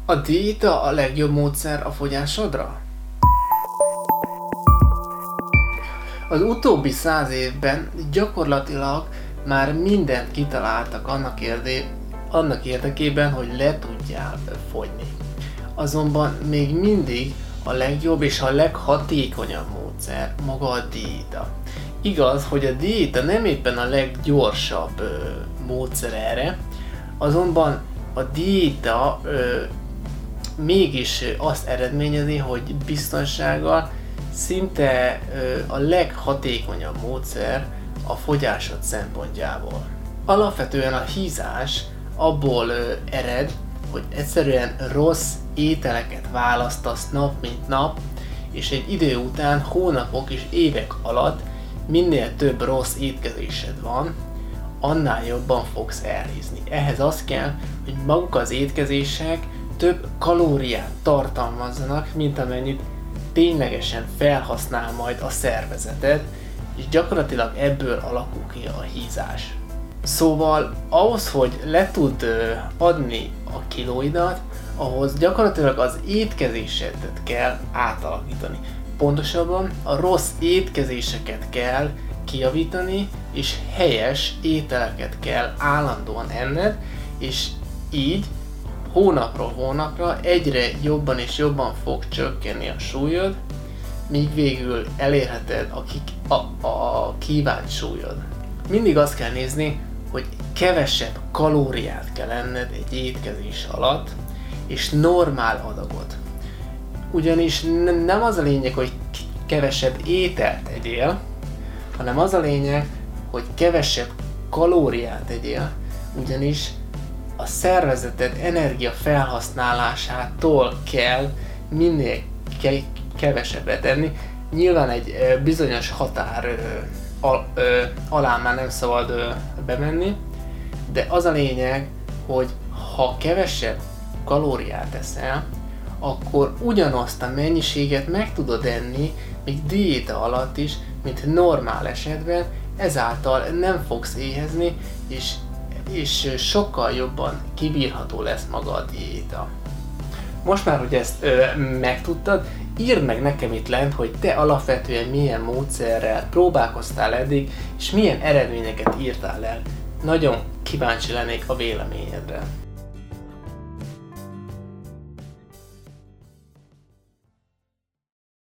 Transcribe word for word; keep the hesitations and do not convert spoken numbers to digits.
A diéta a legjobb módszer a fogyásodra? Az utóbbi száz évben gyakorlatilag már mindent kitaláltak annak, érdé, annak érdekében, hogy le tudjál fogyni. Azonban még mindig a legjobb és a leghatékonyabb módszer maga a diéta. Igaz, hogy a diéta nem éppen a leggyorsabb ö, módszer erre, azonban a diéta ö, mégis azt eredményezi, hogy biztonsággal szinte ö, a leghatékonyabb módszer a fogyásod szempontjából. Alapvetően a hízás abból ö, ered, hogy egyszerűen rossz ételeket választasz nap mint nap, és egy idő után, hónapok és évek alatt minél több rossz étkezésed van, annál jobban fogsz elhízni. Ehhez az kell, hogy maguk az étkezések több kalóriát tartalmazzanak, mint amennyit ténylegesen felhasznál majd a szervezeted, és gyakorlatilag ebből alakul ki a hízás. Szóval ahhoz, hogy le tud adni a kilóidat, ahhoz gyakorlatilag az étkezésedet kell átalakítani. Pontosabban a rossz étkezéseket kell kijavítani, és helyes ételeket kell állandóan enned, és így hónapról hónapra egyre jobban és jobban fog csökkenni a súlyod, míg végül elérheted a, ki, a, a kívánt súlyod. Mindig azt kell nézni, hogy kevesebb kalóriát kell enned egy étkezés alatt, és normál adagot. Ugyanis n- nem az a lényeg, hogy kevesebb ételt egyél, hanem az a lényeg, hogy kevesebb kalóriát egyél, ugyanis a szervezeted energia felhasználásától kell minél ke- kevesebbet enni. Nyilván egy ö, bizonyos határ ö, al- ö, alá már nem szabad ö, bemenni, de az a lényeg, hogy ha kevesebb kalóriát eszel, akkor ugyanazt a mennyiséget meg tudod enni, még diéta alatt is, mint normál esetben, ezáltal nem fogsz éhezni, és, és sokkal jobban kibírható lesz maga a diéta. Most már, hogy ezt ö, megtudtad, írd meg nekem itt lent, hogy te alapvetően milyen módszerrel próbálkoztál eddig, és milyen eredményeket írtál el. Nagyon kíváncsi lennék a véleményedre.